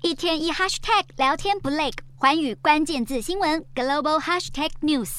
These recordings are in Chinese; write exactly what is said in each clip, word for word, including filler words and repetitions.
一天一 hashtag 聊天不累，寰宇关键字新闻 global hashtag news。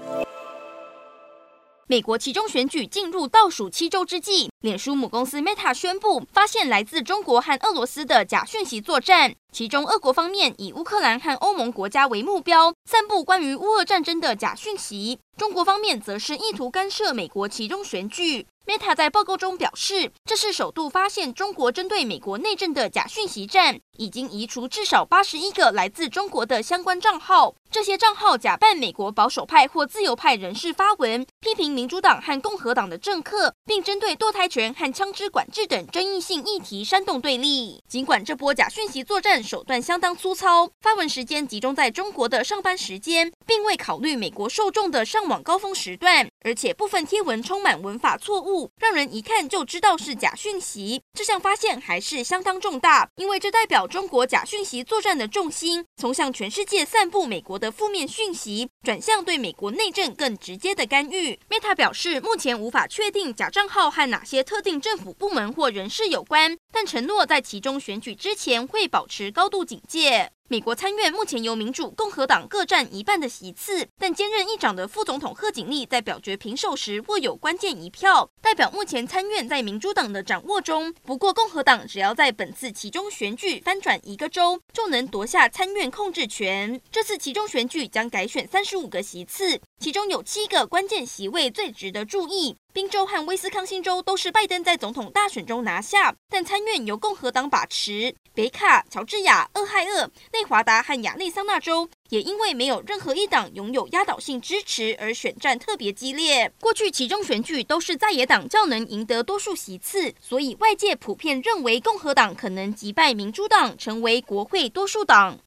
美国期中选举进入倒数七周之际，脸书母公司 Meta 宣布发现来自中国和俄罗斯的假讯息作战，其中俄国方面以乌克兰和欧盟国家为目标，散布关于乌俄战争的假讯息；中国方面则是意图干涉美国期中选举。Meta 在报告中表示，这是首度发现中国针对美国内政的假讯息战，已经移除至少八十一个来自中国的相关账号。这些账号假扮美国保守派或自由派人士发文，批评民主党和共和党的政客，并针对堕胎权和枪支管制等争议性议题煽动对立。尽管这波假讯息作战手段相当粗糙，发文时间集中在中国的上班时间，并未考虑美国受众的上网高峰时段，而且部分贴文充满文法错误，让人一看就知道是假讯息。这项发现还是相当重大，因为这代表中国假讯息作战的重心从向全世界散布美国的负面讯息，转向对美国内政更直接的干预。Meta 表示，目前无法确定假账号和哪些特定政府部门或人士有关，但承诺在期中选举之前会保持高度警戒。美国参院目前由民主、共和党各占一半的席次，但兼任议长的副总统贺锦丽在表决平手时握有关键一票，代表目前参院在民主党的掌握中。不过，共和党只要在本次期中选举翻转一个州，就能夺下参院控制权。这次期中选举将改选三十五个席次，其中有七个关键席位最值得注意。宾州和威斯康星州都是拜登在总统大选中拿下，但参院由共和党把持。北卡、乔治亚、俄亥俄、内华达和亚利桑那州也因为没有任何一党拥有压倒性支持而选战特别激烈。过去期中选举都是在野党较能赢得多数席次，所以外界普遍认为共和党可能击败民主党，成为国会多数党。